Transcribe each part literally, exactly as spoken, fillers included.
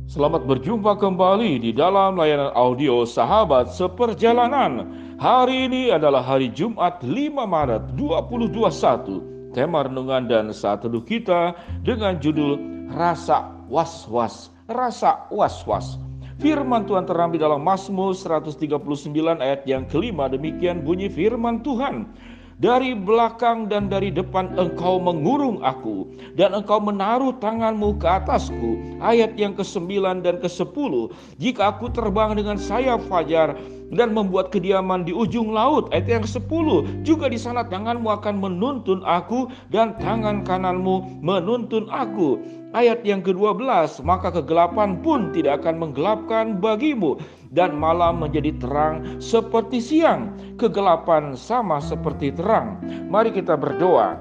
Selamat berjumpa kembali di dalam layanan audio Sahabat Seperjalanan. Hari ini adalah hari Jumat lima Maret dua ribu dua puluh satu. Tema renungan dan saat teduh kita dengan judul Rasa Was-Was. Rasa Was-Was. Firman Tuhan terambil dalam Mazmur seratus tiga puluh sembilan ayat yang kelima. Demikian bunyi firman Tuhan. Dari belakang dan dari depan engkau mengurung aku, dan engkau menaruh tanganmu ke atasku. Ayat yang kesembilan dan kesepuluh. Jika aku terbang dengan sayap fajar dan membuat kediaman di ujung laut. Ayat yang kesepuluh. Juga di sana tanganmu akan menuntun aku, dan tangan kananmu menuntun aku. Ayat yang kedua belas, maka kegelapan pun tidak akan menggelapkan bagimu, dan malam menjadi terang seperti siang, kegelapan sama seperti terang. Mari kita berdoa.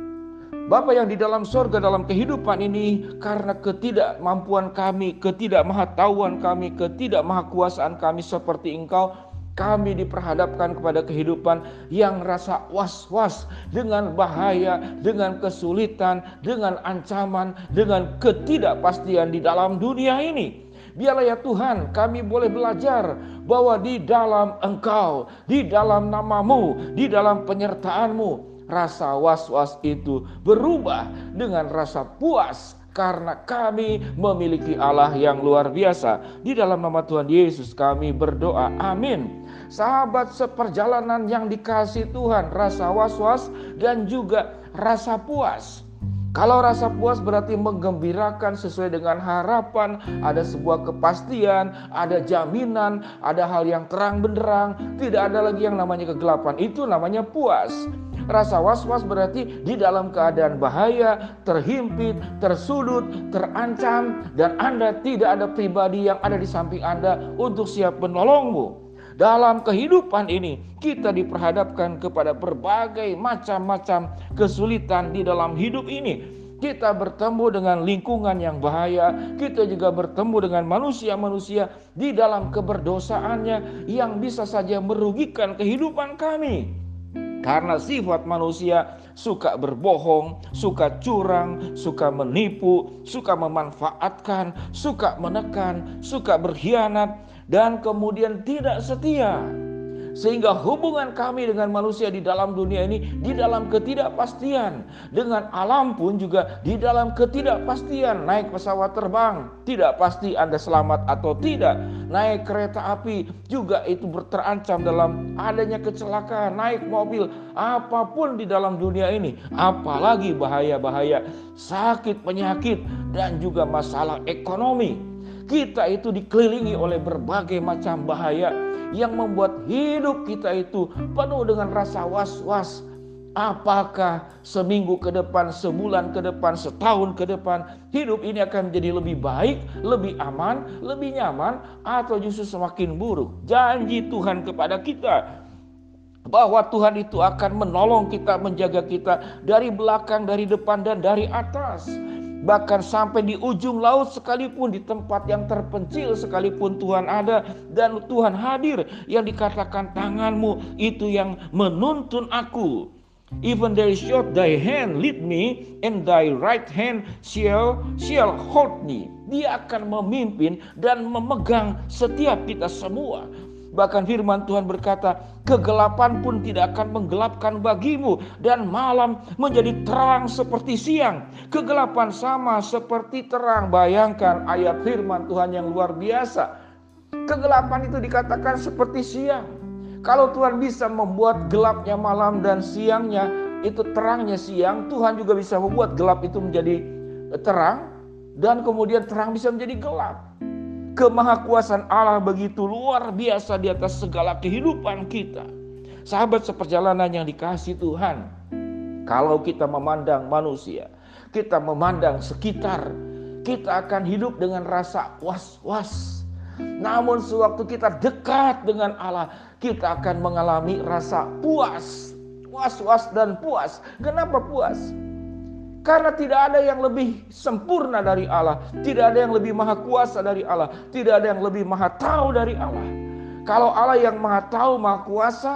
Bapa yang di dalam sorga, dalam kehidupan ini, karena ketidakmampuan kami, ketidakmahatauan kami, ketidakmahakuasaan kami seperti Engkau, kami diperhadapkan kepada kehidupan yang rasa was-was dengan bahaya, dengan kesulitan, dengan ancaman, dengan ketidakpastian di dalam dunia ini. Biarlah ya Tuhan, kami boleh belajar bahwa di dalam Engkau, di dalam nama-Mu, di dalam penyertaan-Mu, rasa was-was itu berubah dengan rasa puas, karena kami memiliki Allah yang luar biasa. Di dalam nama Tuhan Yesus kami berdoa, amin. Sahabat seperjalanan yang dikasihi Tuhan, rasa was-was dan juga rasa puas. Kalau rasa puas berarti menggembirakan sesuai dengan harapan, ada sebuah kepastian, ada jaminan, ada hal yang terang benderang, tidak ada lagi yang namanya kegelapan. Itu namanya puas. Rasa was-was berarti di dalam keadaan bahaya, terhimpit, tersudut, terancam, dan Anda tidak ada pribadi yang ada di samping Anda untuk siap menolongmu. Dalam kehidupan ini kita diperhadapkan kepada berbagai macam-macam kesulitan di dalam hidup ini. Kita bertemu dengan lingkungan yang bahaya, kita juga bertemu dengan manusia-manusia di dalam keberdosaannya yang bisa saja merugikan kehidupan kami. Karena sifat manusia suka berbohong, suka curang, suka menipu, suka memanfaatkan, suka menekan, suka berkhianat, dan kemudian tidak setia. Sehingga hubungan kami dengan manusia di dalam dunia ini di dalam ketidakpastian. Dengan alam pun juga di dalam ketidakpastian. Naik pesawat terbang, tidak pasti Anda selamat atau tidak. Naik kereta api juga itu terancam dalam adanya kecelakaan. Naik mobil, apapun di dalam dunia ini, apalagi bahaya-bahaya, sakit, penyakit, dan juga masalah ekonomi. Kita itu dikelilingi oleh berbagai macam bahaya yang membuat hidup kita itu penuh dengan rasa was-was. Apakah seminggu ke depan, sebulan ke depan, setahun ke depan, hidup ini akan menjadi lebih baik, lebih aman, lebih nyaman, atau justru semakin buruk? Janji Tuhan kepada kita bahwa Tuhan itu akan menolong kita, menjaga kita dari belakang, dari depan, dan dari atas. Bahkan sampai di ujung laut sekalipun, di tempat yang terpencil sekalipun Tuhan ada dan Tuhan hadir. Yang dikatakan tanganmu itu yang menuntun aku. Even thy short thy hand lead me, and thy right hand shall shall hold me. Dia akan memimpin dan memegang setiap kita semua. Bahkan firman Tuhan berkata, kegelapan pun tidak akan menggelapkan bagimu, dan malam menjadi terang seperti siang. Kegelapan sama seperti terang. Bayangkan ayat firman Tuhan yang luar biasa. Kegelapan itu dikatakan seperti siang. Kalau Tuhan bisa membuat gelapnya malam dan siangnya itu terangnya siang, Tuhan juga bisa membuat gelap itu menjadi terang, dan kemudian terang bisa menjadi gelap. Kemahakuasaan Allah begitu luar biasa di atas segala kehidupan kita. Sahabat seperjalanan yang dikasihi Tuhan, kalau kita memandang manusia, kita memandang sekitar, kita akan hidup dengan rasa was-was. Namun sewaktu kita dekat dengan Allah, kita akan mengalami rasa puas. Was-was dan puas. Kenapa puas? Karena tidak ada yang lebih sempurna dari Allah. Tidak ada yang lebih maha kuasa dari Allah. Tidak ada yang lebih maha tahu dari Allah. Kalau Allah yang maha tahu, maha kuasa,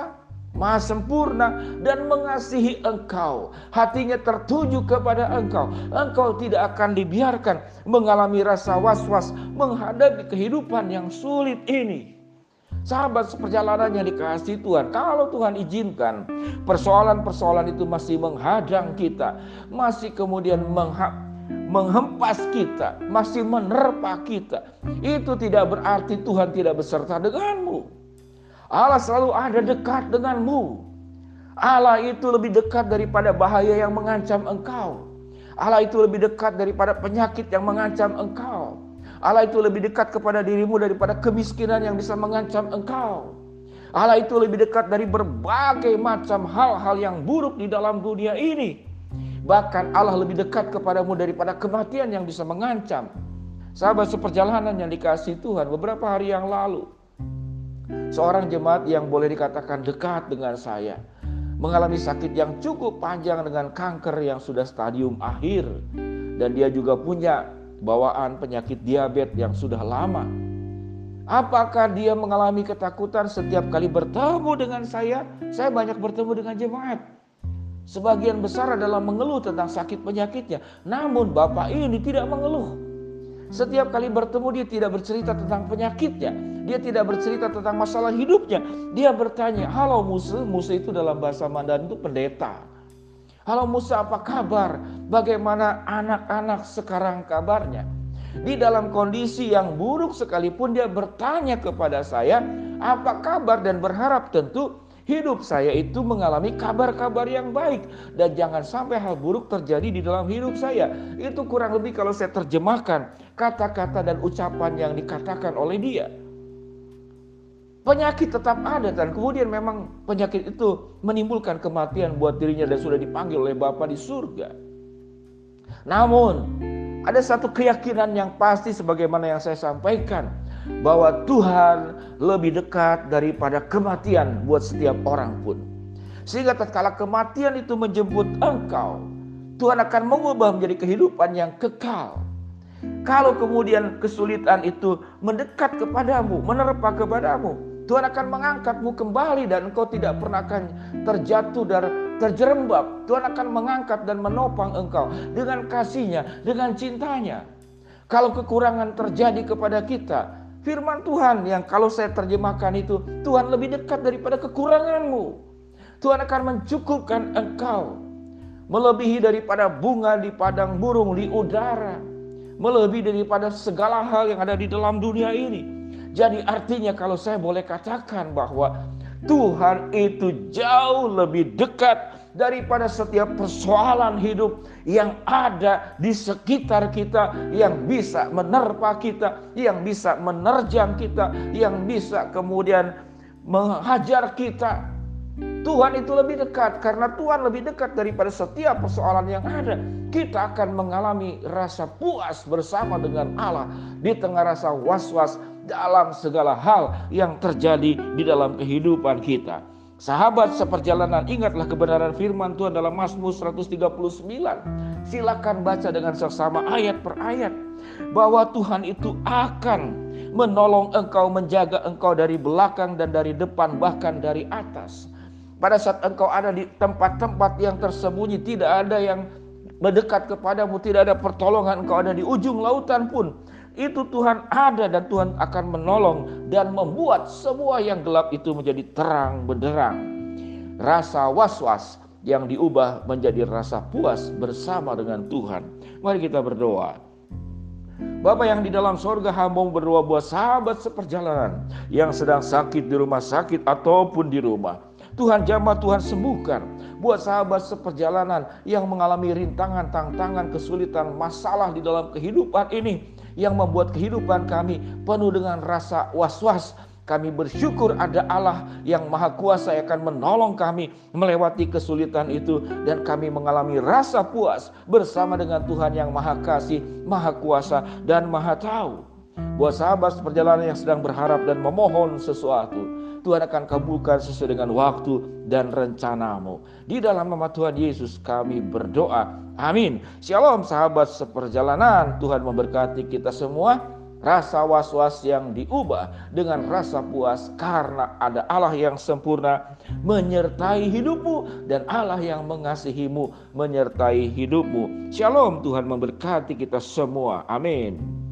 Maha sempurna dan mengasihi engkau. Hatinya tertuju kepada engkau. Engkau tidak akan dibiarkan mengalami rasa was-was menghadapi kehidupan yang sulit ini. Sahabat seperjalanan yang dikasihi Tuhan, kalau Tuhan izinkan persoalan-persoalan itu masih menghadang kita, masih kemudian mengha- menghempas kita, masih menerpa kita, itu tidak berarti Tuhan tidak beserta denganmu. Allah selalu ada dekat denganmu. Allah itu lebih dekat daripada bahaya yang mengancam engkau. Allah itu lebih dekat daripada penyakit yang mengancam engkau. Allah itu lebih dekat kepada dirimu daripada kemiskinan yang bisa mengancam engkau. Allah itu lebih dekat dari berbagai macam hal-hal yang buruk di dalam dunia ini. Bahkan Allah lebih dekat kepadamu daripada kematian yang bisa mengancam. Sahabat seperjalanan yang dikasihi Tuhan, beberapa hari yang lalu seorang jemaat yang boleh dikatakan dekat dengan saya mengalami sakit yang cukup panjang dengan kanker yang sudah stadium akhir. Dan dia juga punya bawaan penyakit diabetes yang sudah lama. Apakah dia mengalami ketakutan setiap kali bertemu dengan saya? Saya banyak bertemu dengan jemaat. Sebagian besar adalah mengeluh tentang sakit penyakitnya. Namun Bapak ini tidak mengeluh. Setiap kali bertemu dia tidak bercerita tentang penyakitnya. Dia tidak bercerita tentang masalah hidupnya. Dia bertanya, halo Musa. Musa itu dalam bahasa Mandarin itu pendeta. Halo Musa, apa kabar? Bagaimana anak-anak sekarang kabarnya? Di dalam kondisi yang buruk sekalipun dia bertanya kepada saya, apa kabar, dan berharap tentu hidup saya itu mengalami kabar-kabar yang baik. Dan jangan sampai hal buruk terjadi di dalam hidup saya. Itu kurang lebih kalau saya terjemahkan kata-kata dan ucapan yang dikatakan oleh dia. Penyakit tetap ada dan kemudian memang penyakit itu menimbulkan kematian buat dirinya dan sudah dipanggil oleh Bapa di surga. Namun ada satu keyakinan yang pasti sebagaimana yang saya sampaikan, bahwa Tuhan lebih dekat daripada kematian buat setiap orang pun. Sehingga tatkala kematian itu menjemput engkau, Tuhan akan mengubah menjadi kehidupan yang kekal. Kalau kemudian kesulitan itu mendekat kepadamu, menerpa kepadamu, Tuhan akan mengangkatmu kembali dan engkau tidak pernah akan terjatuh dan terjerembab. Tuhan akan mengangkat dan menopang engkau dengan kasih-Nya, dengan cintanya. Kalau kekurangan terjadi kepada kita, firman Tuhan yang kalau saya terjemahkan itu, Tuhan lebih dekat daripada kekuranganmu. Tuhan akan mencukupkan engkau, melebihi daripada bunga di padang burung di udara, melebihi daripada segala hal yang ada di dalam dunia ini. Jadi artinya kalau saya boleh katakan bahwa Tuhan itu jauh lebih dekat daripada setiap persoalan hidup yang ada di sekitar kita, yang bisa menerpa kita, yang bisa menerjang kita, yang bisa kemudian menghajar kita. Tuhan itu lebih dekat karena Tuhan lebih dekat daripada setiap persoalan yang ada. Kita akan mengalami rasa puas bersama dengan Allah di tengah rasa was-was dalam segala hal yang terjadi di dalam kehidupan kita. Sahabat seperjalanan, ingatlah kebenaran firman Tuhan dalam Mazmur seratus tiga puluh sembilan. Silakan baca dengan seksama ayat per ayat, bahwa Tuhan itu akan menolong engkau, menjaga engkau dari belakang dan dari depan, bahkan dari atas. Pada saat engkau ada di tempat-tempat yang tersembunyi, tidak ada yang mendekat kepadamu, tidak ada pertolongan, engkau ada di ujung lautan pun, itu Tuhan ada dan Tuhan akan menolong dan membuat semua yang gelap itu menjadi terang benderang. Rasa was-was yang diubah menjadi rasa puas bersama dengan Tuhan. Mari kita berdoa. Bapa yang di dalam sorga, hamba berdoa buat sahabat seperjalanan yang sedang sakit di rumah sakit ataupun di rumah. Tuhan jamah, Tuhan sembuhkan. Buat sahabat seperjalanan yang mengalami rintangan, tantangan, kesulitan, masalah di dalam kehidupan ini, yang membuat kehidupan kami penuh dengan rasa was-was. Kami bersyukur ada Allah yang maha kuasa yang akan menolong kami melewati kesulitan itu. Dan kami mengalami rasa puas bersama dengan Tuhan yang maha kasih, maha kuasa, dan maha tahu. Buat sahabat seperjalanan yang sedang berharap dan memohon sesuatu, Tuhan akan kabulkan sesuai dengan waktu dan rencanamu. Di dalam nama Tuhan Yesus kami berdoa. Amin. Shalom sahabat seperjalanan. Tuhan memberkati kita semua. Rasa was-was yang diubah dengan rasa puas karena ada Allah yang sempurna menyertai hidupmu dan Allah yang mengasihimu menyertai hidupmu. Shalom, Tuhan memberkati kita semua. Amin.